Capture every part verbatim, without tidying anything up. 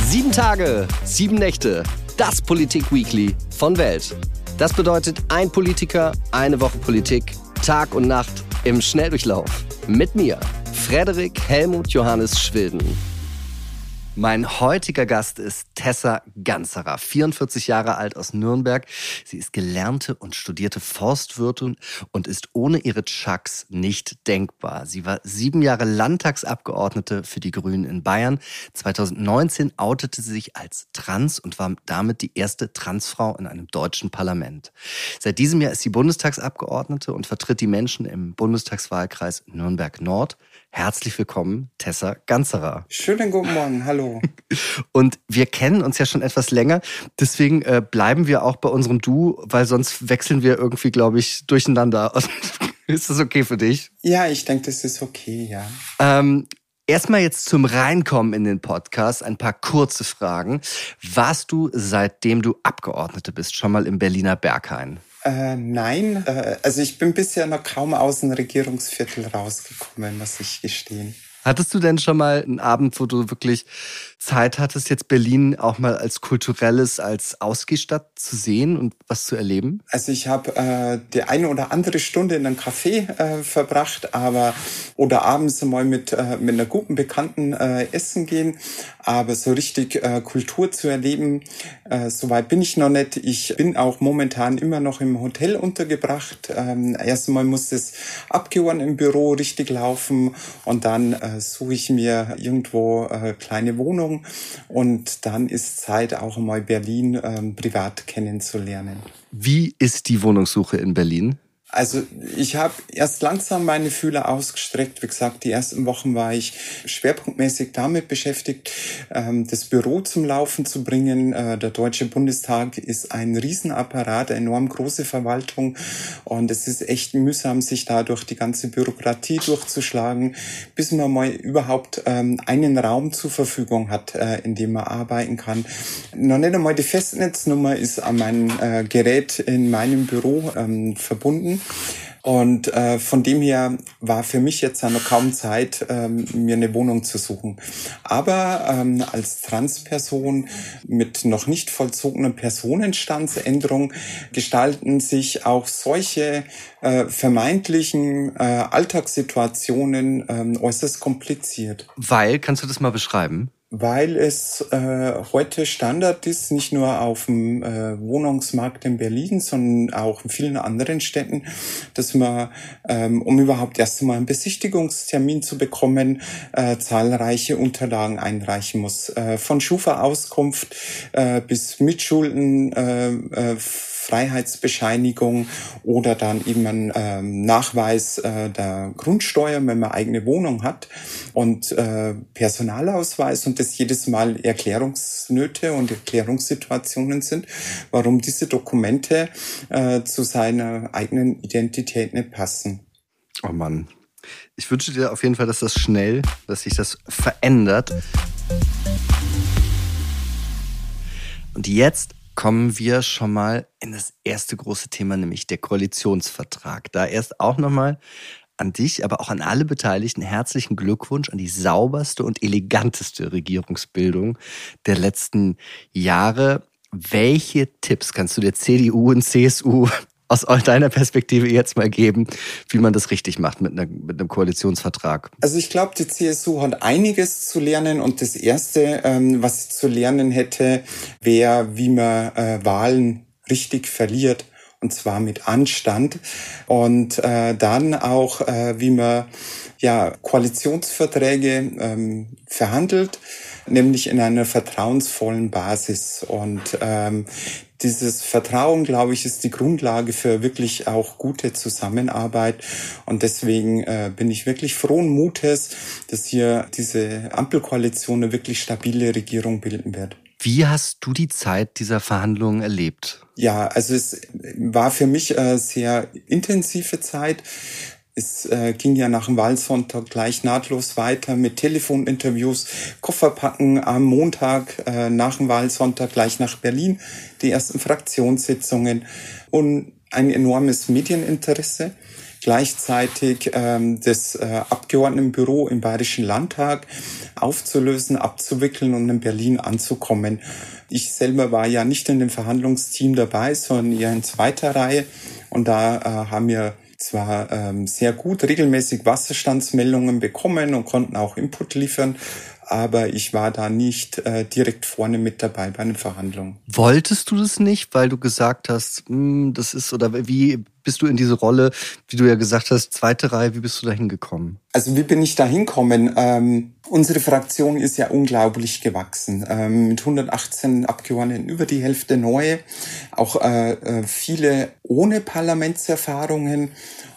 Sieben Tage, sieben Nächte, das Politik-Weekly von Welt. Das bedeutet ein Politiker, eine Woche Politik, Tag und Nacht im Schnelldurchlauf. Mit mir, Frederik Helmut Johannes Schwilden. Mein heutiger Gast ist Tessa Ganserer, vierundvierzig Jahre alt aus Nürnberg. Sie ist gelernte und studierte Forstwirtin und ist ohne ihre Chucks nicht denkbar. Sie war sieben Jahre Landtagsabgeordnete für die Grünen in Bayern. zweitausendneunzehn outete sie sich als trans und war damit die erste Transfrau in einem deutschen Parlament. Seit diesem Jahr ist sie Bundestagsabgeordnete und vertritt die Menschen im Bundestagswahlkreis Nürnberg-Nord. Herzlich willkommen, Tessa Ganserer. Schönen guten Morgen, hallo. Und wir kennen uns ja schon etwas länger, deswegen äh, bleiben wir auch bei unserem Du, weil sonst wechseln wir irgendwie, glaube ich, durcheinander. Ist das okay für dich? Ja, ich denke, das ist okay, ja. Ähm, Erstmal jetzt zum Reinkommen in den Podcast ein paar kurze Fragen. Warst du, seitdem du Abgeordnete bist, schon mal im Berliner Berghain? Äh, nein, äh, also ich bin bisher noch kaum aus dem Regierungsviertel rausgekommen, muss ich gestehen. Hattest du denn schon mal einen Abend, wo du wirklich Zeit hattest, jetzt Berlin auch mal als kulturelles, als Ausgehstadt zu sehen und was zu erleben? Also ich habe äh, die eine oder andere Stunde in einem Café äh, verbracht, aber oder abends mal mit äh, mit einer guten Bekannten äh, essen gehen, aber so richtig äh, Kultur zu erleben, äh, so weit bin ich noch nicht. Ich bin auch momentan immer noch im Hotel untergebracht. Ähm, erst einmal muss das Abgeordnetenbüro richtig laufen und dann äh, suche ich mir irgendwo äh, kleine Wohnung. Und dann ist Zeit, auch mal Berlin ähm, privat kennenzulernen. Wie ist die Wohnungssuche in Berlin? Also ich habe erst langsam meine Fühler ausgestreckt. Wie gesagt, die ersten Wochen war ich schwerpunktmäßig damit beschäftigt, das Büro zum Laufen zu bringen. Der Deutsche Bundestag ist ein Riesenapparat, eine enorm große Verwaltung. Und es ist echt mühsam, sich da durch die ganze Bürokratie durchzuschlagen, bis man mal überhaupt einen Raum zur Verfügung hat, in dem man arbeiten kann. Noch nicht einmal die Festnetznummer ist an mein Gerät in meinem Büro verbunden. Und äh, von dem her war für mich jetzt noch kaum Zeit, ähm, mir eine Wohnung zu suchen. Aber ähm, als Transperson mit noch nicht vollzogener Personenstandsänderung gestalten sich auch solche äh, vermeintlichen äh, Alltagssituationen äh, äußerst kompliziert. Weil, kannst du das mal beschreiben? Weil es äh, heute Standard ist, nicht nur auf dem äh, Wohnungsmarkt in Berlin, sondern auch in vielen anderen Städten, dass man, ähm, um überhaupt erst einmal einen Besichtigungstermin zu bekommen, äh, zahlreiche Unterlagen einreichen muss. Äh, von Schufa-Auskunft äh, bis Mitschulden, äh, äh, Freiheitsbescheinigung oder dann eben ein ähm, Nachweis äh, der Grundsteuer, wenn man eigene Wohnung hat und äh, Personalausweis und das jedes Mal Erklärungsnöte und Erklärungssituationen sind, warum diese Dokumente äh, zu seiner eigenen Identität nicht passen. Oh Mann, ich wünsche dir auf jeden Fall, dass das schnell, dass sich das verändert. Und jetzt kommen wir schon mal in das erste große Thema, nämlich der Koalitionsvertrag. Da erst auch nochmal an dich, aber auch an alle Beteiligten herzlichen Glückwunsch an die sauberste und eleganteste Regierungsbildung der letzten Jahre. Welche Tipps kannst du der C D U und C S U aus deiner Perspektive jetzt mal geben, wie man das richtig macht mit, einer, mit einem Koalitionsvertrag? Also ich glaube, die C S U hat einiges zu lernen und das Erste, ähm, was sie zu lernen hätte, wäre, wie man äh, Wahlen richtig verliert. Und zwar mit Anstand und äh, dann auch, äh, wie man ja Koalitionsverträge ähm, verhandelt, nämlich in einer vertrauensvollen Basis. Und ähm, dieses Vertrauen, glaube ich, ist die Grundlage für wirklich auch gute Zusammenarbeit. Und deswegen äh, bin ich wirklich frohen Mutes, dass hier diese Ampelkoalition eine wirklich stabile Regierung bilden wird. Wie hast du die Zeit dieser Verhandlungen erlebt? Ja, also es war für mich eine sehr intensive Zeit. Es äh, ging ja nach dem Wahlsonntag gleich nahtlos weiter mit Telefoninterviews, Kofferpacken am Montag äh, nach dem Wahlsonntag gleich nach Berlin, die ersten Fraktionssitzungen und ein enormes Medieninteresse. gleichzeitig ähm, das äh, Abgeordnetenbüro im Bayerischen Landtag aufzulösen, abzuwickeln und in Berlin anzukommen. Ich selber war ja nicht in dem Verhandlungsteam dabei, sondern eher in zweiter Reihe. Und da äh, haben wir zwar ähm, sehr gut regelmäßig Wasserstandsmeldungen bekommen und konnten auch Input liefern, aber ich war da nicht äh, direkt vorne mit dabei bei den Verhandlungen. Wolltest du das nicht, weil du gesagt hast, mh, das ist, oder wie bist du in diese Rolle, wie du ja gesagt hast, zweite Reihe, wie bist du da hingekommen? Also wie bin ich da hingekommen? Ähm, unsere Fraktion ist ja unglaublich gewachsen. Ähm, mit hundertachtzehn Abgeordneten, über die Hälfte neue, auch äh, viele ohne Parlamentserfahrungen.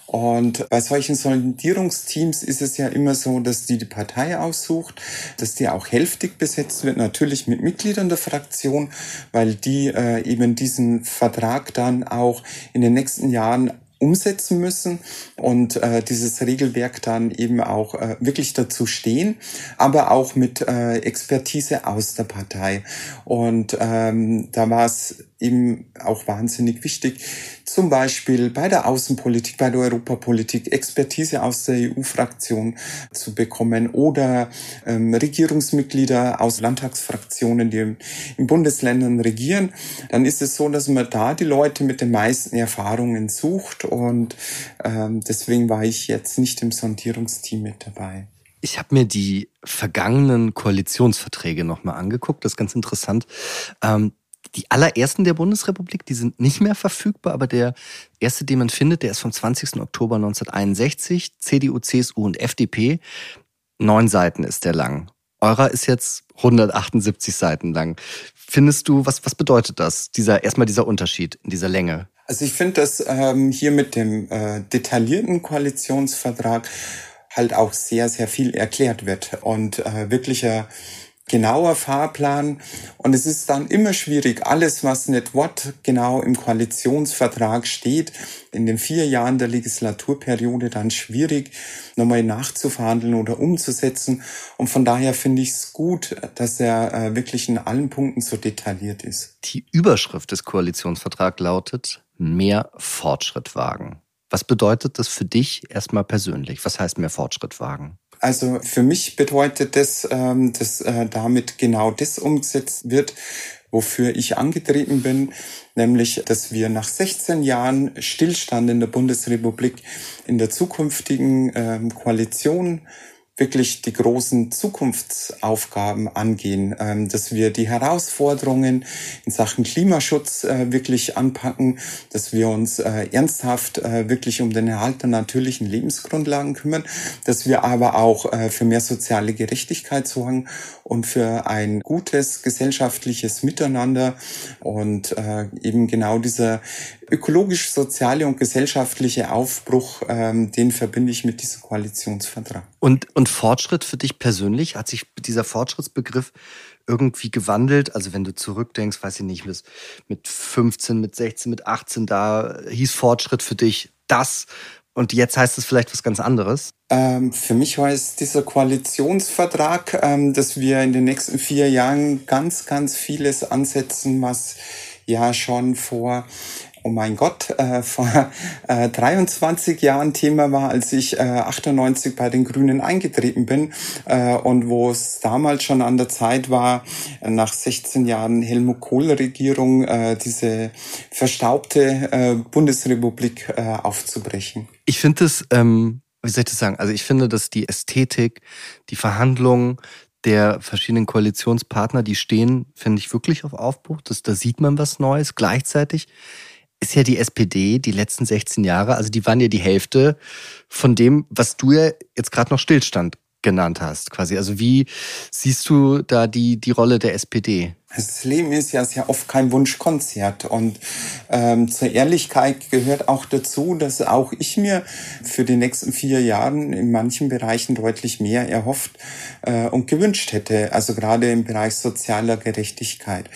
Und bei solchen Sondierungsteams ist es ja immer so, dass die die Partei aussucht, dass die auch hälftig besetzt wird, natürlich mit Mitgliedern der Fraktion, weil die äh, eben diesen Vertrag dann auch in den nächsten Jahren umsetzen müssen und äh, dieses Regelwerk dann eben auch äh, wirklich dazu stehen, aber auch mit äh, Expertise aus der Partei. Und ähm, da war es eben auch wahnsinnig wichtig, zum Beispiel bei der Außenpolitik, bei der Europapolitik Expertise aus der E U-Fraktion zu bekommen oder ähm, Regierungsmitglieder aus Landtagsfraktionen, die in Bundesländern regieren. Dann ist es so, dass man da die Leute mit den meisten Erfahrungen sucht und ähm, deswegen war ich jetzt nicht im Sondierungsteam mit dabei. Ich habe mir die vergangenen Koalitionsverträge nochmal angeguckt, das ist ganz interessant. Ähm, Die allerersten der Bundesrepublik, die sind nicht mehr verfügbar, aber der erste, den man findet, der ist vom zwanzigsten Oktober neunzehnhunderteinundsechzig, C D U, C S U und F D P. Neun Seiten ist der lang. Eurer ist jetzt hundertachtundsiebzig Seiten lang. Findest du, was, was bedeutet das, dieser, erstmal dieser Unterschied in dieser Länge? Also ich finde, dass ähm, hier mit dem äh, detaillierten Koalitionsvertrag halt auch sehr, sehr viel erklärt wird und äh, wirklicher genauer Fahrplan. Und es ist dann immer schwierig, alles, was nicht wortgenau im Koalitionsvertrag steht, in den vier Jahren der Legislaturperiode dann schwierig, nochmal nachzuverhandeln oder umzusetzen. Und von daher finde ich es gut, dass er äh, wirklich in allen Punkten so detailliert ist. Die Überschrift des Koalitionsvertrags lautet: Mehr Fortschritt wagen. Was bedeutet das für dich erstmal persönlich? Was heißt mehr Fortschritt wagen? Also für mich bedeutet das, ähm, dass äh, damit genau das umgesetzt wird, wofür ich angetreten bin, nämlich, dass wir nach sechzehn Jahren Stillstand in der Bundesrepublik in der zukünftigen ähm, Koalition wirklich die großen Zukunftsaufgaben angehen, dass wir die Herausforderungen in Sachen Klimaschutz wirklich anpacken, dass wir uns ernsthaft wirklich um den Erhalt der natürlichen Lebensgrundlagen kümmern, dass wir aber auch für mehr soziale Gerechtigkeit sorgen und für ein gutes gesellschaftliches Miteinander und eben genau dieser ökologisch-soziale und gesellschaftliche Aufbruch, ähm, den verbinde ich mit diesem Koalitionsvertrag. Und, und Fortschritt für dich persönlich? Hat sich dieser Fortschrittsbegriff irgendwie gewandelt? Also wenn du zurückdenkst, weiß ich nicht, mit fünfzehn, mit sechzehn, mit achtzehn, da hieß Fortschritt für dich das und jetzt heißt es vielleicht was ganz anderes? Ähm, für mich war es dieser Koalitionsvertrag, ähm, dass wir in den nächsten vier Jahren ganz, ganz vieles ansetzen, was ja schon vor oh mein Gott, äh, vor äh, dreiundzwanzig Jahren Thema war, als ich äh, achtundneunzig bei den Grünen eingetreten bin äh, und wo es damals schon an der Zeit war, äh, nach sechzehn Jahren Helmut Kohl-Regierung äh, diese verstaubte äh, Bundesrepublik äh, aufzubrechen. Ich finde es, ähm, wie soll ich das sagen, also ich finde, dass die Ästhetik, die Verhandlungen der verschiedenen Koalitionspartner, die stehen, finde ich, wirklich auf Aufbruch. Das, da sieht man was Neues. Gleichzeitig ist ja die S P D die letzten sechzehn Jahre, also die waren ja die Hälfte von dem, was du ja jetzt gerade noch Stillstand genannt hast, quasi. Also wie siehst du da die, die Rolle der S P D? Das Leben ist ja sehr oft kein Wunschkonzert und ähm, zur Ehrlichkeit gehört auch dazu, dass auch ich mir für die nächsten vier Jahre in manchen Bereichen deutlich mehr erhofft äh, und gewünscht hätte, also gerade im Bereich sozialer Gerechtigkeit.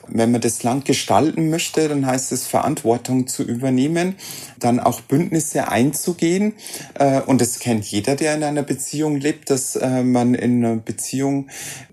Wenn man das Land gestalten möchte, dann heißt es, Verantwortung zu übernehmen, dann auch Bündnisse einzugehen. Und das kennt jeder, der in einer Beziehung lebt, dass man in einer Beziehung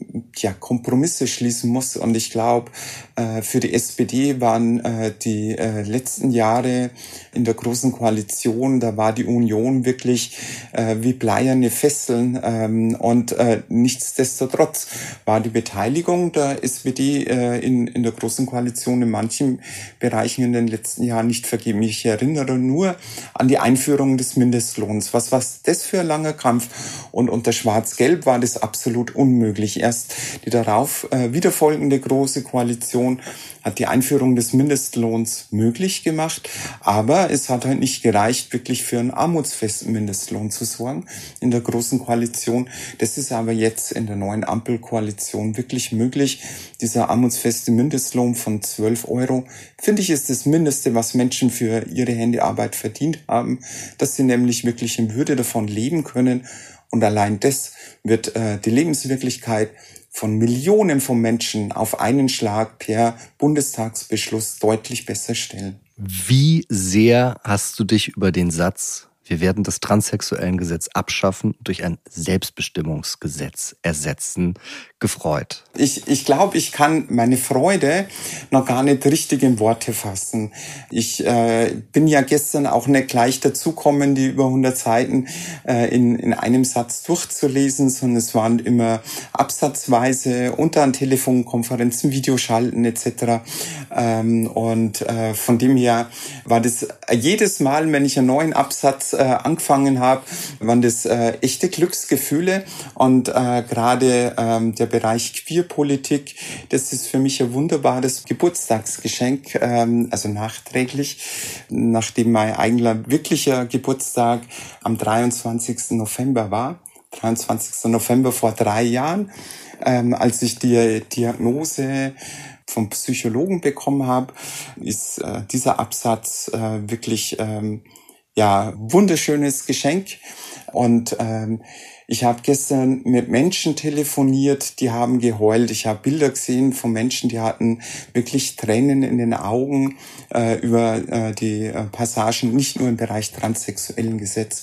ja Kompromisse schließen muss. Und ich glaube, für die S P D waren die letzten Jahre in der Großen Koalition, da war die Union wirklich wie bleierne Fesseln. Und nichtsdestotrotz war die Beteiligung der S P D in, in der Großen Koalition in manchen Bereichen in den letzten Jahren nicht vergeben. Ich erinnere nur an die Einführung des Mindestlohns. Was war das für ein langer Kampf? Und unter Schwarz-Gelb war das absolut unmöglich. Erst die darauf äh, wiederfolgende Große Koalition hat die Einführung des Mindestlohns möglich gemacht, aber es hat halt nicht gereicht, wirklich für einen armutsfesten Mindestlohn zu sorgen in der Großen Koalition. Das ist aber jetzt in der neuen Ampelkoalition wirklich möglich. Dieser armutsfeste Mindestlohn von zwölf Euro, finde ich, ist das Mindeste, was Menschen für ihre Handyarbeit verdient haben, dass sie nämlich wirklich in Würde davon leben können. Und allein das wird äh, die Lebenswirklichkeit von Millionen von Menschen auf einen Schlag per Bundestagsbeschluss deutlich besser stellen. Wie sehr hast du dich über den Satz, wir werden das Transsexuellengesetz abschaffen, durch ein Selbstbestimmungsgesetz ersetzen, gefreut? Ich, ich glaube, ich kann meine Freude noch gar nicht richtig in Worte fassen. Ich äh, bin ja gestern auch nicht gleich dazugekommen, die über hundert Seiten äh, in, in einem Satz durchzulesen, sondern es waren immer absatzweise unter an Telefonkonferenzen, Videoschalten et cetera. Ähm, und äh, von dem her war das jedes Mal, wenn ich einen neuen Absatz äh, angefangen habe, waren das äh, echte Glücksgefühle. Und äh, gerade ähm, der Bereich Queerpolitik, das ist für mich ein wunderbares Geburtstagsgeschenk, ähm, also nachträglich, nachdem mein eigener wirklicher Geburtstag am dreiundzwanzigsten November war, dreiundzwanzigsten November vor drei Jahren, ähm, als ich die Diagnose vom Psychologen bekommen habe, ist äh, dieser Absatz äh, wirklich ähm, ja wunderschönes Geschenk. Und ähm, ich habe gestern mit Menschen telefoniert, die haben geheult. Ich habe Bilder gesehen von Menschen, die hatten wirklich Tränen in den Augen äh, über äh, die äh, Passagen, nicht nur im Bereich Transsexuellengesetz.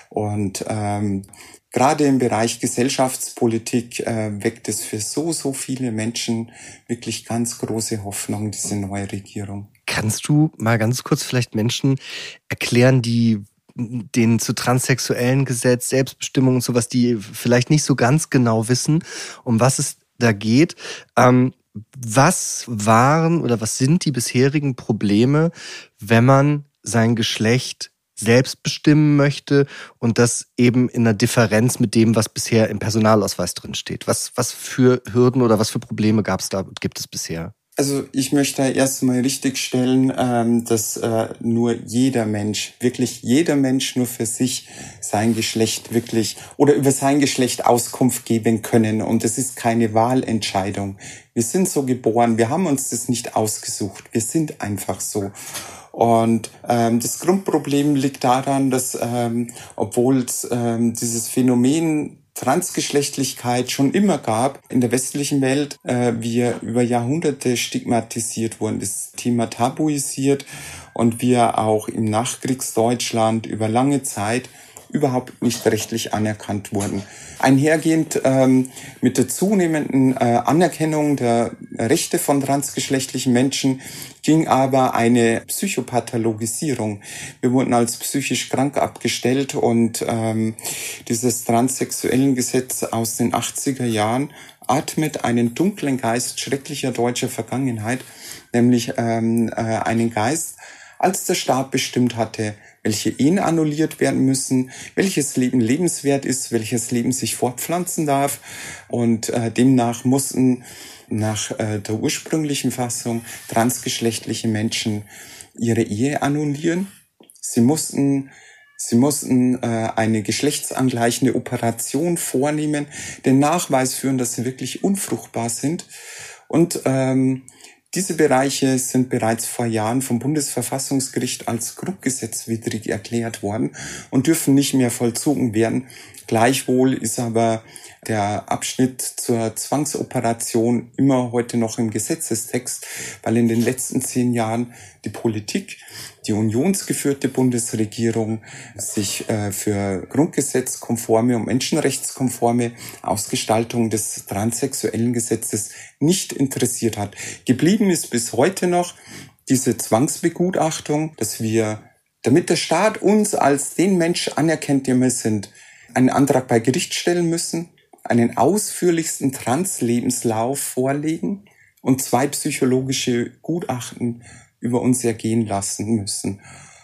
Und ähm, gerade im Bereich Gesellschaftspolitik äh, weckt es für so, so viele Menschen wirklich ganz große Hoffnung, diese neue Regierung. Kannst du mal ganz kurz vielleicht Menschen erklären, die den zu transsexuellen Gesetz, Selbstbestimmung und sowas, die vielleicht nicht so ganz genau wissen, um was es da geht. Ähm, was waren oder was sind die bisherigen Probleme, wenn man sein Geschlecht selbst bestimmen möchte und das eben in einer Differenz mit dem, was bisher im Personalausweis drin steht? Was, was für Hürden oder was für Probleme gab es da und gibt es bisher? Also ich möchte erst mal richtigstellen, ähm, dass äh, nur jeder Mensch, wirklich jeder Mensch nur für sich sein Geschlecht wirklich oder über sein Geschlecht Auskunft geben können. Und es ist keine Wahlentscheidung. Wir sind so geboren, wir haben uns das nicht ausgesucht. Wir sind einfach so. Und ähm, das Grundproblem liegt daran, dass ähm, obwohl es ähm, dieses Phänomen Transgeschlechtlichkeit schon immer gab in der westlichen Welt, äh, wir über Jahrhunderte stigmatisiert wurden, das Thema tabuisiert und wir auch im Nachkriegsdeutschland über lange Zeit überhaupt nicht rechtlich anerkannt wurden. Einhergehend ähm, mit der zunehmenden äh, Anerkennung der Rechte von transgeschlechtlichen Menschen ging aber eine Psychopathologisierung. Wir wurden als psychisch krank abgestellt und ähm, dieses Transsexuellengesetz aus den achtziger Jahren atmet einen dunklen Geist schrecklicher deutscher Vergangenheit, nämlich ähm, äh, einen Geist, als der Staat bestimmt hatte, welche Ehen annulliert werden müssen, welches Leben lebenswert ist, welches Leben sich fortpflanzen darf. Und äh, demnach mussten nach äh, der ursprünglichen Fassung transgeschlechtliche Menschen ihre Ehe annullieren. Sie mussten Sie mussten äh, eine geschlechtsangleichende Operation vornehmen, den Nachweis führen, dass sie wirklich unfruchtbar sind. Und ähm, diese Bereiche sind bereits vor Jahren vom Bundesverfassungsgericht als grundgesetzwidrig erklärt worden und dürfen nicht mehr vollzogen werden. Gleichwohl ist aber der Abschnitt zur Zwangsoperation immer heute noch im Gesetzestext, weil in den letzten zehn Jahren die Politik, die unionsgeführte Bundesregierung sich äh, für grundgesetzkonforme und menschenrechtskonforme Ausgestaltung des transsexuellen Gesetzes nicht interessiert hat. Geblieben ist bis heute noch diese Zwangsbegutachtung, dass wir, damit der Staat uns als den Mensch anerkennt, der wir sind, einen Antrag bei Gericht stellen müssen, einen ausführlichsten Trans-Lebenslauf vorlegen und zwei psychologische Gutachten über uns ergehen lassen müssen.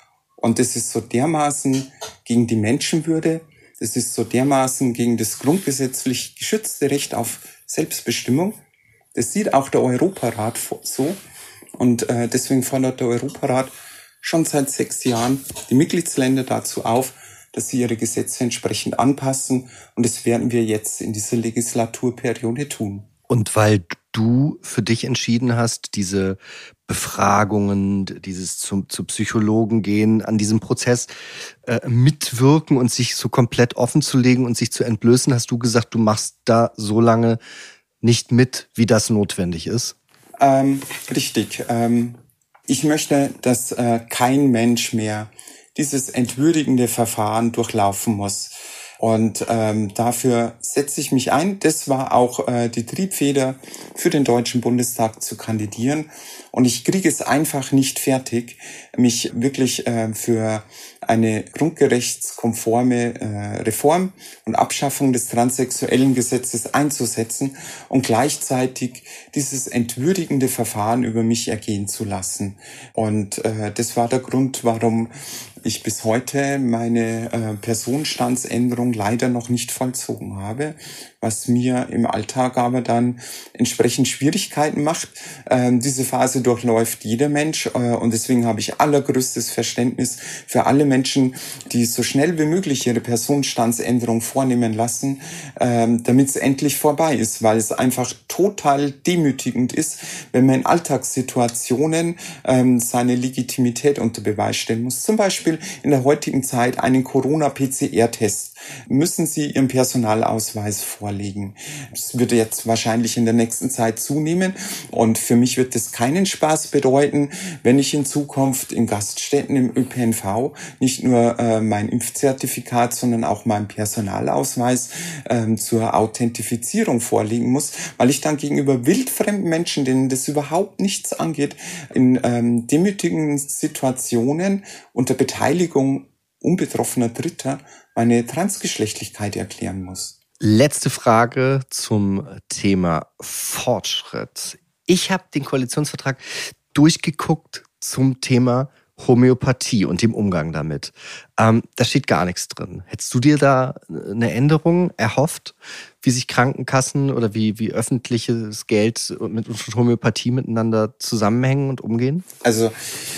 Und das ist so dermaßen gegen die Menschenwürde, das ist so dermaßen gegen das grundgesetzlich geschützte Recht auf Selbstbestimmung. Das sieht auch der Europarat so. Und äh, deswegen fordert der Europarat schon seit sechs Jahren die Mitgliedsländer dazu auf, dass sie ihre Gesetze entsprechend anpassen. Und das werden wir jetzt in dieser Legislaturperiode tun. Und weil du für dich entschieden hast, diese Befragungen, dieses zum, zu Psychologen gehen, an diesem Prozess äh, mitwirken und sich so komplett offen zu legen und sich zu entblößen, hast du gesagt, du machst da so lange nicht mit, wie das notwendig ist? Ähm, richtig. Ähm, ich möchte, dass äh, kein Mensch mehr dieses entwürdigende Verfahren durchlaufen muss. Und ähm, dafür setze ich mich ein. Das war auch äh, die Triebfeder für den Deutschen Bundestag zu kandidieren. Und ich kriege es einfach nicht fertig, mich wirklich äh, für eine grundgerechtskonforme äh, Reform und Abschaffung des transsexuellen Gesetzes einzusetzen und gleichzeitig dieses entwürdigende Verfahren über mich ergehen zu lassen. Und äh, das war der Grund, warum ich bis heute meine äh, Personenstandsänderung leider noch nicht vollzogen habe, was mir im Alltag aber dann entsprechend Schwierigkeiten macht. Ähm, diese Phase durchläuft jeder Mensch äh, und deswegen habe ich allergrößtes Verständnis für alle Menschen, die so schnell wie möglich ihre Personenstandsänderung vornehmen lassen, ähm, damit es endlich vorbei ist, weil es einfach total demütigend ist, wenn man in Alltagssituationen ähm, seine Legitimität unter Beweis stellen muss. Zum Beispiel in der heutigen Zeit einen Corona-P C R-Test müssen Sie Ihren Personalausweis vorlegen. Das wird jetzt wahrscheinlich in der nächsten Zeit zunehmen und für mich wird es keinen Spaß bedeuten, wenn ich in Zukunft in Gaststätten im Ö P N V nicht nur äh, mein Impfzertifikat, sondern auch meinen Personalausweis äh, zur Authentifizierung vorlegen muss, weil ich dann gegenüber wildfremden Menschen, denen das überhaupt nichts angeht, in ähm, demütigen Situationen unter Beteiligung unbetroffener Dritter meine Transgeschlechtlichkeit erklären muss. Letzte Frage zum Thema Fortschritt. Ich habe den Koalitionsvertrag durchgeguckt zum Thema Homöopathie und dem Umgang damit. Ähm, da steht gar nichts drin. Hättest du dir da eine Änderung erhofft, wie sich Krankenkassen oder wie, wie öffentliches Geld mit Homöopathie miteinander zusammenhängen und umgehen? Also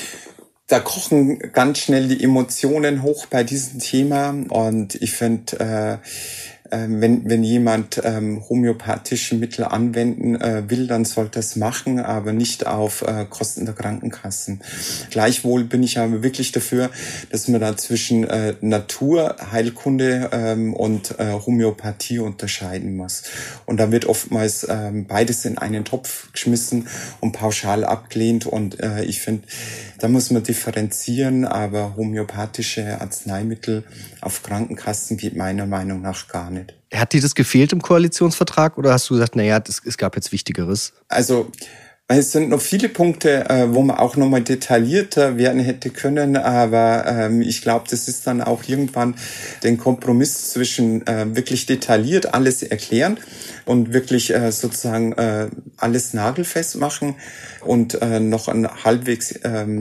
da kochen ganz schnell die Emotionen hoch bei diesem Thema und ich finde, äh, äh, wenn wenn jemand ähm, homöopathische Mittel anwenden äh, will, dann sollte das machen, aber nicht auf äh, Kosten der Krankenkassen. Gleichwohl bin ich aber wirklich dafür, dass man da zwischen äh, Naturheilkunde ähm, und äh, Homöopathie unterscheiden muss. Und da wird oftmals äh, beides in einen Topf geschmissen und pauschal abgelehnt und äh, ich finde, da muss man differenzieren, aber homöopathische Arzneimittel auf Krankenkassen geht meiner Meinung nach gar nicht. Hat dir das gefehlt im Koalitionsvertrag oder hast du gesagt, naja, das, es gab jetzt Wichtigeres? Also es sind noch viele Punkte, wo man auch nochmal detaillierter werden hätte können, aber ich glaube, das ist dann auch irgendwann den Kompromiss zwischen wirklich detailliert alles erklären und wirklich sozusagen alles nagelfest machen und noch einen halbwegs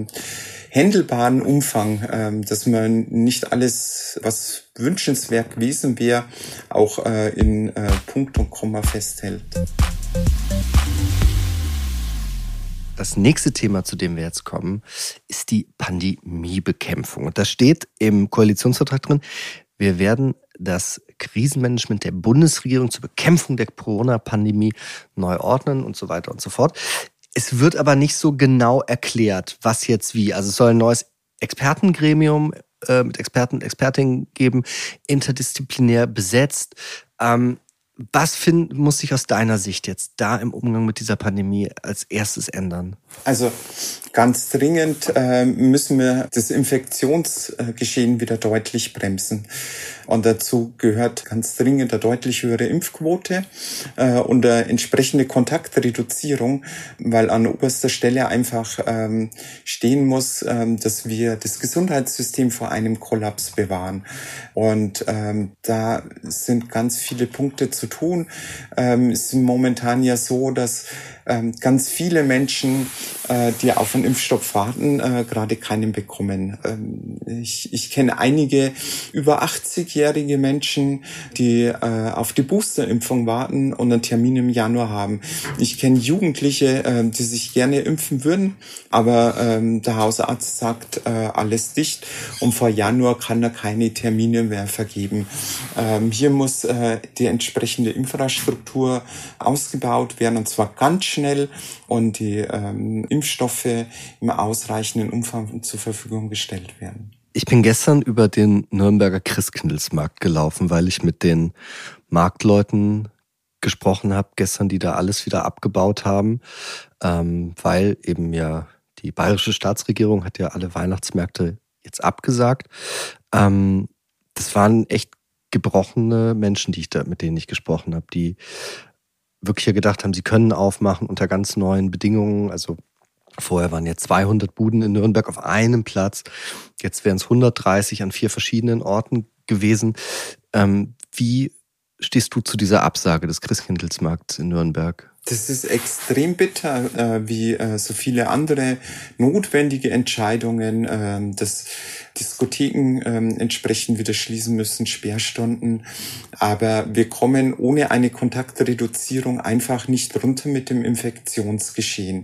händelbaren Umfang, dass man nicht alles, was wünschenswert gewesen wäre, auch in Punkt und Komma festhält. Das nächste Thema, zu dem wir jetzt kommen, ist die Pandemiebekämpfung. Und da steht im Koalitionsvertrag drin, wir werden das Krisenmanagement der Bundesregierung zur Bekämpfung der Corona-Pandemie neu ordnen und so weiter und so fort. Es wird aber nicht so genau erklärt, was jetzt wie. Also es soll ein neues Expertengremium äh, mit Experten und Expertinnen geben, interdisziplinär besetzt. Ähm, Was find, muss sich aus deiner Sicht jetzt da im Umgang mit dieser Pandemie als erstes ändern? Also ganz dringend äh, müssen wir das Infektionsgeschehen wieder deutlich bremsen. Und dazu gehört ganz dringend eine deutlich höhere Impfquote äh, und eine entsprechende Kontaktreduzierung, weil an oberster Stelle einfach ähm, stehen muss, ähm, dass wir das Gesundheitssystem vor einem Kollaps bewahren. Und ähm, da sind ganz viele Punkte zu tun. Ähm, es ist momentan ja so, dass ähm, ganz viele Menschen, äh, die auf einen Impfstoff warten, äh, gerade keinen bekommen. Ähm, ich ich kenne einige über achtzigjährige Menschen, die äh, auf die Boosterimpfung warten und einen Termin im Januar haben. Ich kenne Jugendliche, äh, die sich gerne impfen würden, aber ähm, der Hausarzt sagt, äh, alles dicht und vor Januar kann er keine Termine mehr vergeben. Ähm, hier muss äh, die entsprechende Infrastruktur ausgebaut werden, und zwar ganz schnell, und die ähm, Impfstoffe im ausreichenden Umfang zur Verfügung gestellt werden. Ich bin gestern über den Nürnberger Christkindlesmarkt gelaufen, weil ich mit den Marktleuten gesprochen habe, gestern, die da alles wieder abgebaut haben, ähm, weil eben ja die bayerische Staatsregierung hat ja alle Weihnachtsmärkte jetzt abgesagt. Ähm, das waren echt gebrochene Menschen, die ich da, mit denen ich gesprochen habe, die wirklich ja gedacht haben, sie können aufmachen unter ganz neuen Bedingungen. Also vorher waren jetzt zweihundert Buden in Nürnberg auf einem Platz. Jetzt wären es hundertdreißig an vier verschiedenen Orten gewesen. Ähm, wie stehst du zu dieser Absage des Christkindlesmarkts in Nürnberg? Das ist extrem bitter, äh, wie äh, so viele andere notwendige Entscheidungen, äh, dass Diskotheken äh, entsprechend wieder schließen müssen, Sperrstunden. Aber wir kommen ohne eine Kontaktreduzierung einfach nicht runter mit dem Infektionsgeschehen.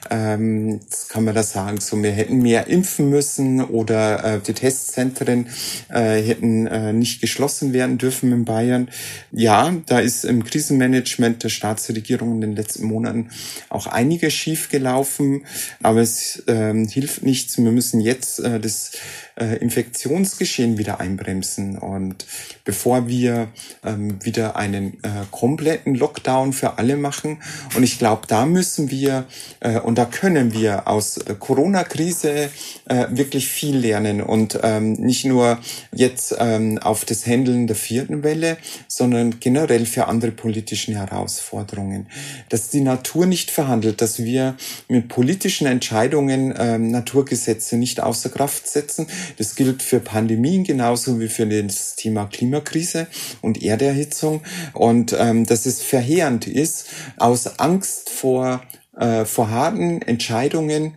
Ähm, das kann man da sagen, so wir hätten mehr impfen müssen oder äh, die Testzentren äh, hätten äh, nicht geschlossen werden dürfen in Bayern. Ja, da ist im Krisenmanagement der Staatsregierung in den letzten Monaten auch einiges schief gelaufen, aber es äh, hilft nichts. Wir müssen jetzt äh, das äh, Infektionsgeschehen wieder einbremsen, und bevor wir ähm, wieder einen äh, kompletten Lockdown für alle machen, und ich glaube, da müssen wir äh, und da können wir aus äh, Corona-Krise äh, wirklich viel lernen, und ähm, nicht nur jetzt ähm, auf das Handeln der vierten Welle, sondern generell für andere politische Herausforderungen. Dass die Natur nicht verhandelt, dass wir mit politischen Entscheidungen ähm, Naturgesetze nicht außer Kraft setzen. Das gilt für Pandemien genauso wie für das Thema Klimakrise und Erderhitzung. Und ähm, dass es verheerend ist, aus Angst vor, äh, vor harten Entscheidungen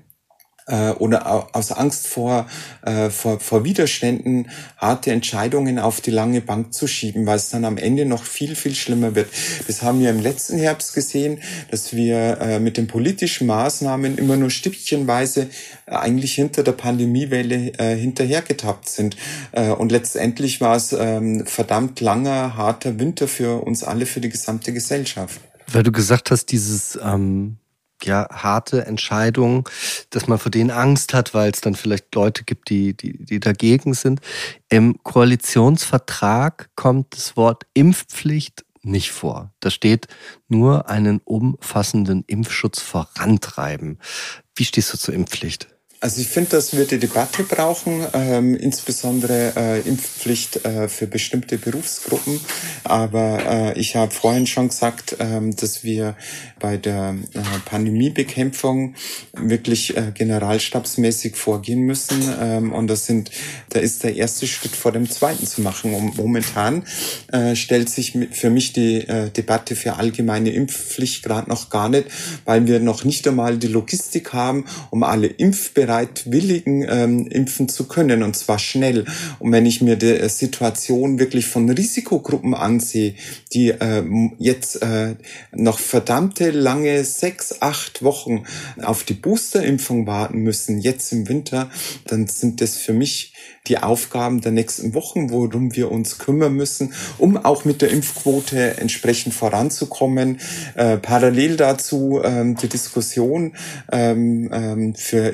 oder aus Angst vor, äh, vor, vor Widerständen harte Entscheidungen auf die lange Bank zu schieben, weil es dann am Ende noch viel, viel schlimmer wird. Das haben wir im letzten Herbst gesehen, dass wir äh, mit den politischen Maßnahmen immer nur stückchenweise äh, eigentlich hinter der Pandemiewelle äh, hinterhergetappt sind. Äh, und letztendlich war es ähm, verdammt langer, harter Winter für uns alle, für die gesamte Gesellschaft. Weil du gesagt hast, dieses ähm ja, harte Entscheidungen, dass man vor denen Angst hat, weil es dann vielleicht Leute gibt, die, die, die dagegen sind. Im Koalitionsvertrag kommt das Wort Impfpflicht nicht vor. Da steht nur einen umfassenden Impfschutz vorantreiben. Wie stehst du zur Impfpflicht? Also ich finde, dass wir die Debatte brauchen, ähm, insbesondere äh, Impfpflicht äh, für bestimmte Berufsgruppen. Aber äh, ich habe vorhin schon gesagt, ähm, dass wir bei der äh, Pandemiebekämpfung wirklich äh, generalstabsmäßig vorgehen müssen. Ähm, und das sind, da ist der erste Schritt vor dem zweiten zu machen. Und momentan äh, stellt sich für mich die äh, Debatte für allgemeine Impfpflicht gerade noch gar nicht, weil wir noch nicht einmal die Logistik haben, um alle Impfbereiche bereitwilligen ähm, impfen zu können, und zwar schnell. Und wenn ich mir die Situation wirklich von Risikogruppen ansehe, die äh, jetzt äh, noch verdammte lange sechs, acht Wochen auf die Boosterimpfung warten müssen, jetzt im Winter, dann sind das für mich die Aufgaben der nächsten Wochen, worum wir uns kümmern müssen, um auch mit der Impfquote entsprechend voranzukommen. Äh, parallel dazu ähm, die Diskussion ähm, ähm, für Impfpflicht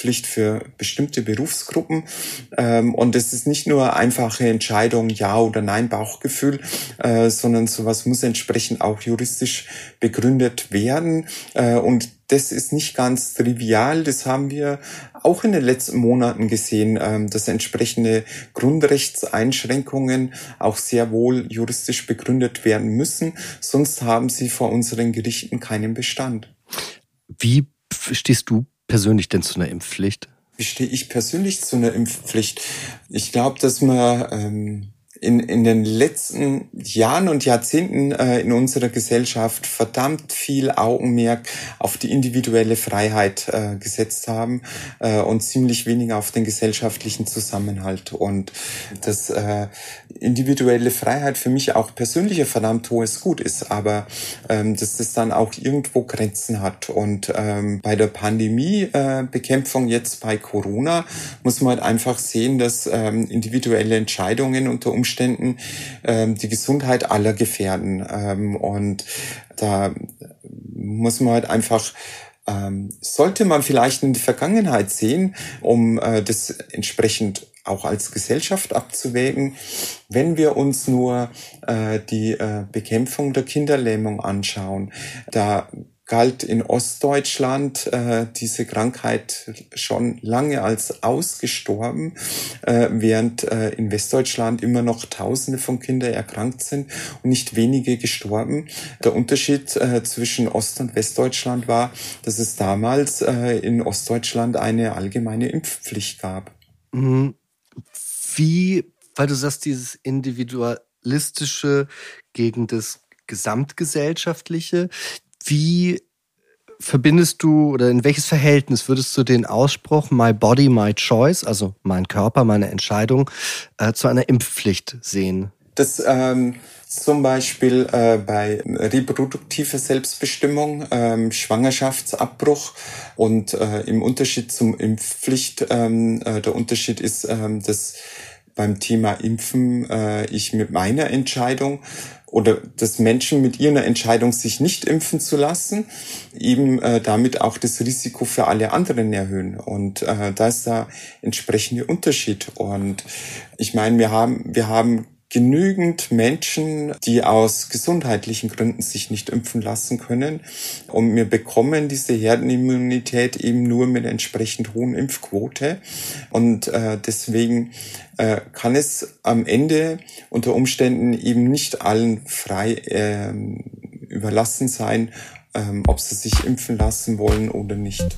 Impfpflicht für bestimmte Berufsgruppen. Und es ist nicht nur einfache Entscheidung, Ja oder Nein, Bauchgefühl, sondern sowas muss entsprechend auch juristisch begründet werden. Und das ist nicht ganz trivial. Das haben wir auch in den letzten Monaten gesehen, dass entsprechende Grundrechtseinschränkungen auch sehr wohl juristisch begründet werden müssen. Sonst haben sie vor unseren Gerichten keinen Bestand. Wie stehst du persönlich denn zu einer Impfpflicht? Wie stehe ich persönlich zu einer Impfpflicht? Ich glaube, dass man ähm, in in den letzten Jahren und Jahrzehnten äh, in unserer Gesellschaft verdammt viel Augenmerk auf die individuelle Freiheit äh, gesetzt haben äh, und ziemlich weniger auf den gesellschaftlichen Zusammenhalt. Und dass äh, individuelle Freiheit für mich auch persönlich ein verdammt hohes Gut ist, aber ähm, dass das dann auch irgendwo Grenzen hat. Und ähm, bei der Pandemiebekämpfung äh, jetzt bei Corona muss man halt einfach sehen, dass ähm, individuelle Entscheidungen unter Umständen Umständen ähm, die Gesundheit aller gefährden. Ähm, und da muss man halt einfach, ähm, sollte man vielleicht in die Vergangenheit sehen, um äh, das entsprechend auch als Gesellschaft abzuwägen, wenn wir uns nur äh, die äh, Bekämpfung der Kinderlähmung anschauen. Da galt in Ostdeutschland äh, diese Krankheit schon lange als ausgestorben, äh, während äh, in Westdeutschland immer noch Tausende von Kindern erkrankt sind und nicht wenige gestorben. Der Unterschied äh, zwischen Ost- und Westdeutschland war, dass es damals äh, in Ostdeutschland eine allgemeine Impfpflicht gab. Wie, weil du sagst, dieses Individualistische gegen das Gesamtgesellschaftliche, wie verbindest du oder in welches Verhältnis würdest du den Ausspruch My Body, My Choice, also mein Körper, meine Entscheidung, äh, zu einer Impfpflicht sehen? Das ähm, zum Beispiel äh, bei reproduktiver Selbstbestimmung, ähm, Schwangerschaftsabbruch und äh, im Unterschied zum Impfpflicht, ähm, äh, der Unterschied ist, ähm, dass beim Thema Impfen äh, ich mit meiner Entscheidung oder dass Menschen mit ihrer Entscheidung, sich nicht impfen zu lassen, eben äh, damit auch das Risiko für alle anderen erhöhen. Und äh, da ist der entsprechende Unterschied. Und ich meine, wir haben, wir haben genügend Menschen, die aus gesundheitlichen Gründen sich nicht impfen lassen können. Und wir bekommen diese Herdenimmunität eben nur mit entsprechend hohen Impfquote. Und äh, deswegen äh, kann es am Ende unter Umständen eben nicht allen frei äh, überlassen sein, äh, ob sie sich impfen lassen wollen oder nicht.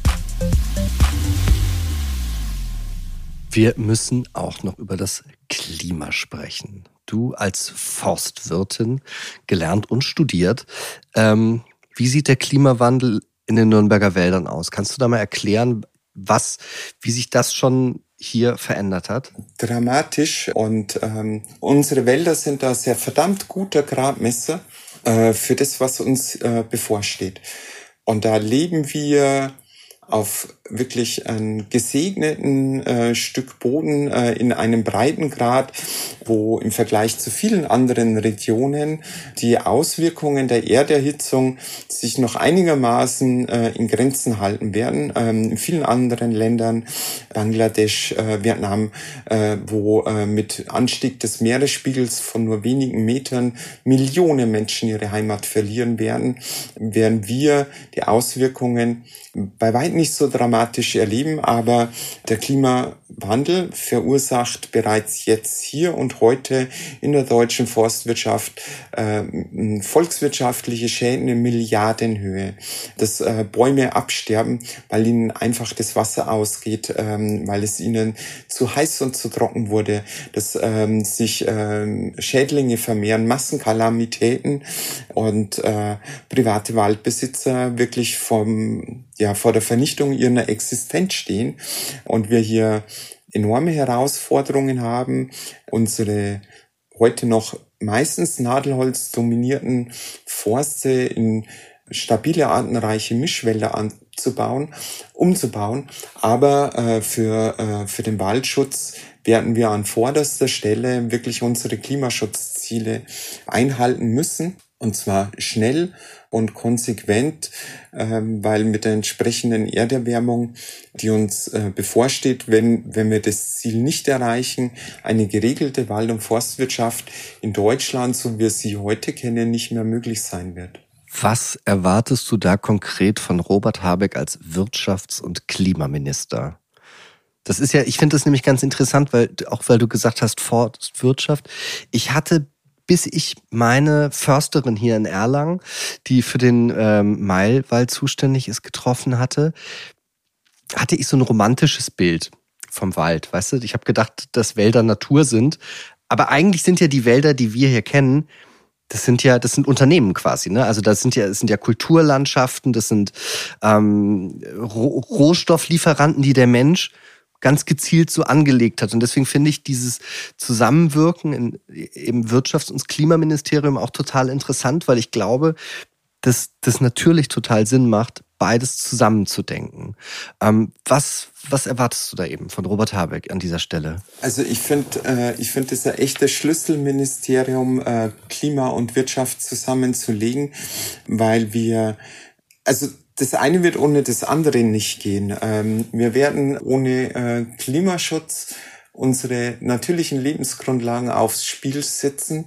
Wir müssen auch noch über das Klima sprechen. Du als Forstwirtin, gelernt und studiert. Ähm, wie sieht der Klimawandel in den Nürnberger Wäldern aus? Kannst du da mal erklären, was, wie sich das schon hier verändert hat? Dramatisch. Und ähm, unsere Wälder sind da sehr verdammt guter Gradmesser äh, für das, was uns äh, bevorsteht. Und da leben wir auf wirklich ein gesegneten äh, Stück Boden äh, in einem Breitengrad, wo im Vergleich zu vielen anderen Regionen die Auswirkungen der Erderhitzung sich noch einigermaßen äh, in Grenzen halten werden. Ähm, in vielen anderen Ländern, Bangladesch, äh, Vietnam, äh, wo äh, mit Anstieg des Meeresspiegels von nur wenigen Metern Millionen Menschen ihre Heimat verlieren werden, werden wir die Auswirkungen bei weitem nicht so dramatisch erleben, aber der Klimawandel verursacht bereits jetzt hier und heute in der deutschen Forstwirtschaft äh, volkswirtschaftliche Schäden in Milliardenhöhe. Dass äh, Bäume absterben, weil ihnen einfach das Wasser ausgeht, ähm, weil es ihnen zu heiß und zu trocken wurde, dass ähm, sich ähm, Schädlinge vermehren, Massenkalamitäten und äh, private Waldbesitzer wirklich vom ja vor der Vernichtung ihrer Existenz stehen und wir hier enorme Herausforderungen haben, unsere heute noch meistens Nadelholz dominierten Forste in stabile, artenreiche Mischwälder anzubauen, umzubauen, aber äh, für äh, für den Waldschutz werden wir an vorderster Stelle wirklich unsere Klimaschutzziele einhalten müssen. Und zwar schnell und konsequent, ähm, weil mit der entsprechenden Erderwärmung, die uns äh, bevorsteht, wenn, wenn wir das Ziel nicht erreichen, eine geregelte Wald- und Forstwirtschaft in Deutschland, so wie wir sie heute kennen, nicht mehr möglich sein wird. Was erwartest du da konkret von Robert Habeck als Wirtschafts- und Klimaminister? Das ist ja, ich finde das nämlich ganz interessant, weil auch weil du gesagt hast, Forstwirtschaft. Ich hatte, bis ich meine Försterin hier in Erlangen, die für den ähm, Mailwald zuständig ist, getroffen hatte, hatte ich so ein romantisches Bild vom Wald. Weißt du, ich habe gedacht, dass Wälder Natur sind, aber eigentlich sind ja die Wälder, die wir hier kennen, das sind ja, das sind Unternehmen quasi, ne? Also das sind ja, das sind ja Kulturlandschaften, das sind ähm, Rohstofflieferanten, die der Mensch ganz gezielt so angelegt hat. Und deswegen finde ich dieses Zusammenwirken in, im Wirtschafts- und Klimaministerium auch total interessant, weil ich glaube, dass das natürlich total Sinn macht, beides zusammenzudenken. Ähm, was, was erwartest du da eben von Robert Habeck an dieser Stelle? Also ich finde, äh, ich finde es ein echtes Schlüsselministerium, äh, Klima und Wirtschaft zusammenzulegen, weil wir, also das eine wird ohne das andere nicht gehen. Ähm, wir werden ohne äh, Klimaschutz unsere natürlichen Lebensgrundlagen aufs Spiel setzen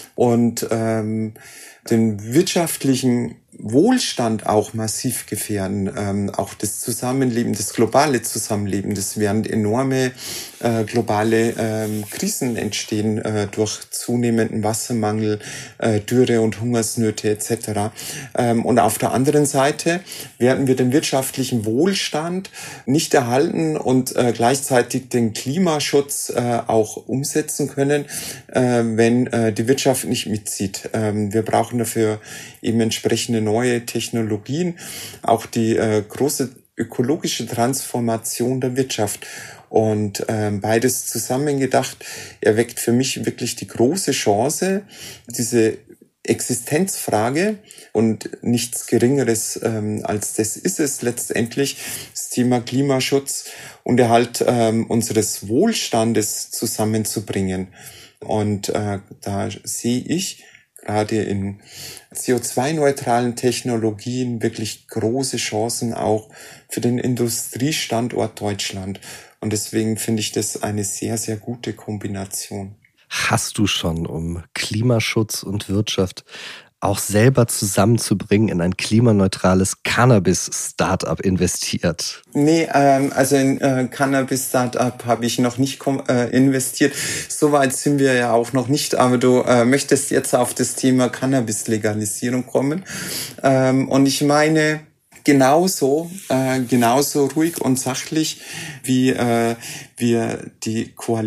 und ähm, den wirtschaftlichen Wohlstand auch massiv gefährden, ähm, auch das Zusammenleben, das globale Zusammenleben, das werden enorme äh, globale ähm, Krisen entstehen äh, durch zunehmenden Wassermangel, äh, Dürre und Hungersnöte et cetera. Ähm, und auf der anderen Seite werden wir den wirtschaftlichen Wohlstand nicht erhalten und äh, gleichzeitig den Klimaschutz äh, auch umsetzen können, äh, wenn äh, die Wirtschaft nicht mitzieht. Ähm, wir brauchen dafür eben entsprechende neue Technologien, auch die äh, große ökologische Transformation der Wirtschaft. Und ähm, beides zusammengedacht erweckt für mich wirklich die große Chance, diese Existenzfrage, und nichts Geringeres ähm, als das ist es letztendlich, das Thema Klimaschutz und Erhalt ähm, unseres Wohlstandes zusammenzubringen. Und äh, da sehe ich gerade in C O zwei neutralen Technologien wirklich große Chancen auch für den Industriestandort Deutschland. Und deswegen finde ich das eine sehr, sehr gute Kombination. Hast du schon, um Klimaschutz und Wirtschaft auch selber zusammenzubringen, in ein klimaneutrales Cannabis-Startup investiert? Nee, ähm, also in äh, Cannabis-Startup habe ich noch nicht kom- äh, investiert. Soweit sind wir ja auch noch nicht, aber du äh, möchtest jetzt auf das Thema Cannabis-Legalisierung kommen. Ähm, und ich meine, genauso, äh, genauso ruhig und sachlich, wie äh, wir die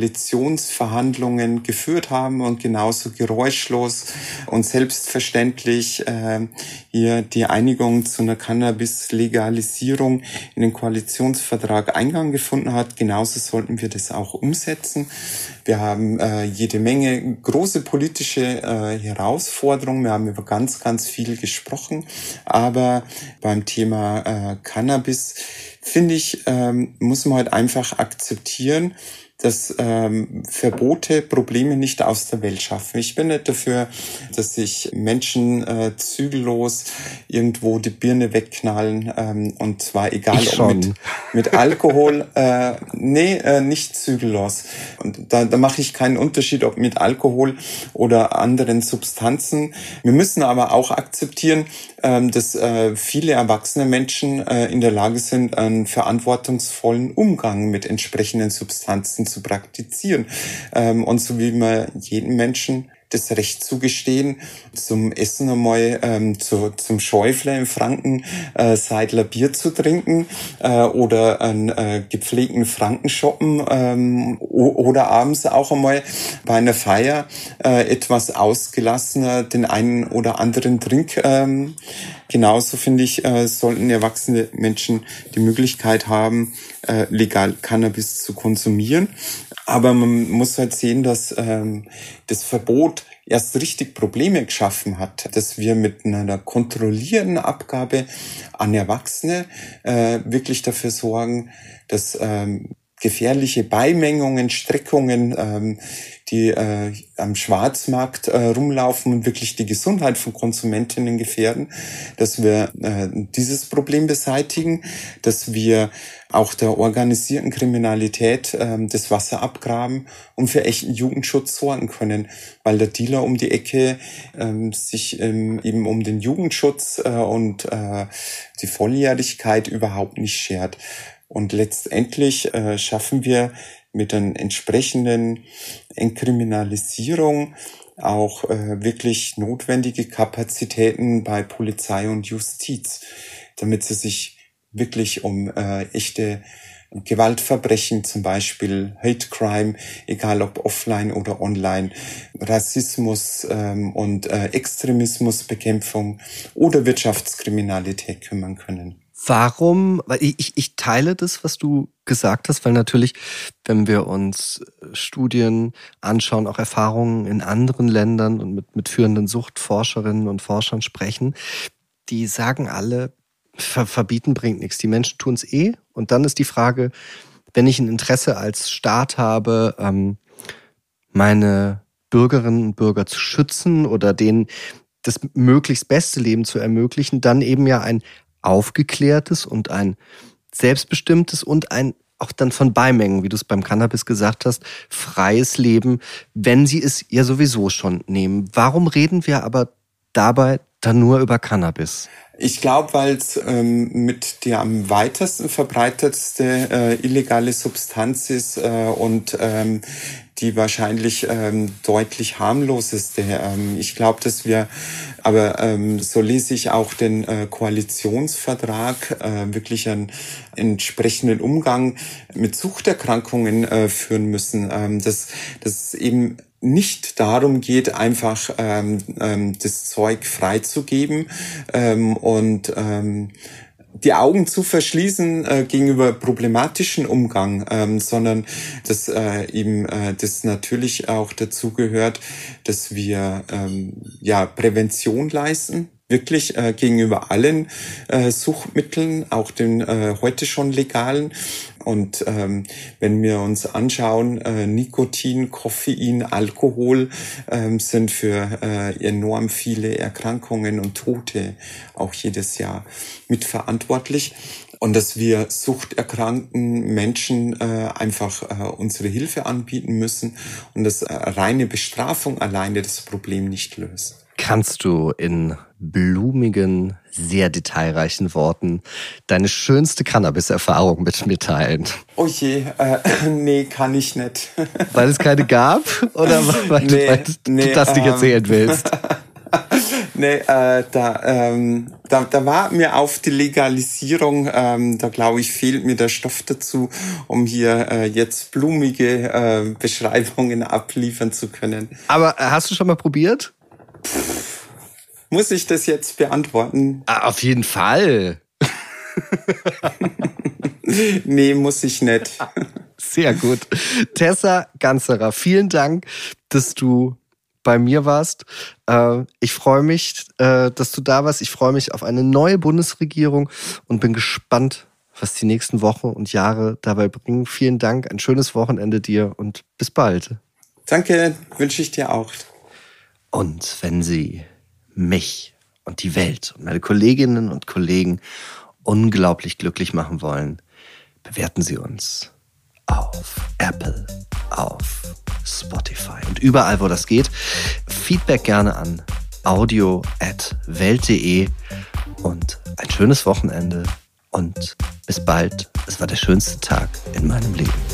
Koalitionsverhandlungen geführt haben und genauso geräuschlos und selbstverständlich äh, hier die Einigung zu einer Cannabis-Legalisierung in den Koalitionsvertrag Eingang gefunden hat, genauso sollten wir das auch umsetzen. Wir haben äh, jede Menge große politische äh, Herausforderungen. Wir haben über ganz, ganz viel gesprochen. Aber beim Thema äh, Cannabis, finde ich, ähm, muss man halt einfach akzeptieren, dass ähm, Verbote Probleme nicht aus der Welt schaffen. Ich bin nicht dafür, dass sich Menschen äh, zügellos irgendwo die Birne wegknallen, ähm, und zwar egal ob mit, mit Alkohol, äh, nee, äh, nicht zügellos. Und da, da mache ich keinen Unterschied, ob mit Alkohol oder anderen Substanzen. Wir müssen aber auch akzeptieren, ähm, dass äh, viele erwachsene Menschen äh, in der Lage sind, einen verantwortungsvollen Umgang mit entsprechenden Substanzen zu praktizieren. Ähm, und so wie man jedem Menschen das Recht zugestehen, zum Essen einmal ähm, zu, zum Schäufler in Franken äh, Seidler Bier zu trinken äh, oder einen äh, gepflegten Frankenschoppen ähm, oder abends auch einmal bei einer Feier äh, etwas ausgelassener den einen oder anderen Trink. Ähm, genauso finde ich, äh, sollten erwachsene Menschen die Möglichkeit haben, äh, legal Cannabis zu konsumieren. Aber man muss halt sehen, dass ähm, das Verbot erst richtig Probleme geschaffen hat, dass wir mit einer kontrollierten Abgabe an Erwachsene äh, wirklich dafür sorgen, dass ähm, gefährliche Beimengungen, Streckungen, ähm, die äh, am Schwarzmarkt äh, rumlaufen und wirklich die Gesundheit von Konsumentinnen gefährden, dass wir äh, dieses Problem beseitigen, dass wir auch der organisierten Kriminalität äh, das Wasser abgraben und für echten Jugendschutz sorgen können, weil der Dealer um die Ecke äh, sich ähm, eben um den Jugendschutz äh, und äh, die Volljährigkeit überhaupt nicht schert. Und letztendlich äh, schaffen wir mit einer entsprechenden Entkriminalisierung auch äh, wirklich notwendige Kapazitäten bei Polizei und Justiz, damit sie sich wirklich um äh, echte Gewaltverbrechen, zum Beispiel Hate Crime, egal ob offline oder online, Rassismus ähm, und äh, Extremismusbekämpfung oder Wirtschaftskriminalität kümmern können. Warum, weil ich, ich teile das, was du gesagt hast, weil natürlich, wenn wir uns Studien anschauen, auch Erfahrungen in anderen Ländern und mit, mit führenden Suchtforscherinnen und Forschern sprechen, die sagen alle, ver, verbieten bringt nichts. Die Menschen tun es eh. Und dann ist die Frage, wenn ich ein Interesse als Staat habe, ähm, meine Bürgerinnen und Bürger zu schützen oder denen das möglichst beste Leben zu ermöglichen, dann eben ja ein aufgeklärtes und ein selbstbestimmtes und ein auch dann von Beimengen, wie du es beim Cannabis gesagt hast, freies Leben, wenn sie es ja sowieso schon nehmen. Warum reden wir aber dabei dann nur über Cannabis? Ich glaube, weil es ähm, mit der am weitesten verbreitetste äh, illegale Substanz ist äh, und ähm, die wahrscheinlich ähm, deutlich harmloseste. Ähm, ich glaube, dass wir, aber ähm, so lese ich auch den äh, Koalitionsvertrag, äh, wirklich einen entsprechenden Umgang mit Suchterkrankungen äh, führen müssen. Ähm, dass das eben nicht darum geht, einfach ähm, ähm, das Zeug freizugeben ähm, und ähm, die Augen zu verschließen äh, gegenüber problematischen Umgang, ähm, sondern dass äh, eben äh, das natürlich auch dazu gehört, dass wir ähm, ja Prävention leisten. Wirklich äh, gegenüber allen äh, Suchtmitteln, auch den äh, heute schon legalen. Und ähm, wenn wir uns anschauen, äh, Nikotin, Koffein, Alkohol ähm, sind für äh, enorm viele Erkrankungen und Tote auch jedes Jahr mitverantwortlich. Und dass wir suchterkrankten Menschen äh, einfach äh, unsere Hilfe anbieten müssen und dass äh, reine Bestrafung alleine das Problem nicht löst. Kannst du in blumigen, sehr detailreichen Worten deine schönste Cannabis-Erfahrung mit mir teilen? Oh je, äh, nee, kann ich nicht. Weil es keine gab? Oder weil, nee, du, weil nee, du das nicht erzählen ähm, willst? Nee, äh, da, ähm, da, da war mir auf die Legalisierung, ähm, da glaube ich, fehlt mir der Stoff dazu, um hier äh, jetzt blumige äh, Beschreibungen abliefern zu können. Aber hast du schon mal probiert? Muss ich das jetzt beantworten? Ah, auf jeden Fall. Nee, muss ich nicht. Sehr gut. Tessa Ganserer, vielen Dank, dass du bei mir warst. Ich freue mich, dass du da warst. Ich freue mich auf eine neue Bundesregierung und bin gespannt, was die nächsten Wochen und Jahre dabei bringen. Vielen Dank, ein schönes Wochenende dir und bis bald. Danke, wünsche ich dir auch. Und wenn Sie mich und die Welt und meine Kolleginnen und Kollegen unglaublich glücklich machen wollen, bewerten Sie uns auf Apple, auf Spotify und überall, wo das geht. Feedback gerne an audio at welt punkt de und ein schönes Wochenende und bis bald. Es war der schönste Tag in meinem Leben.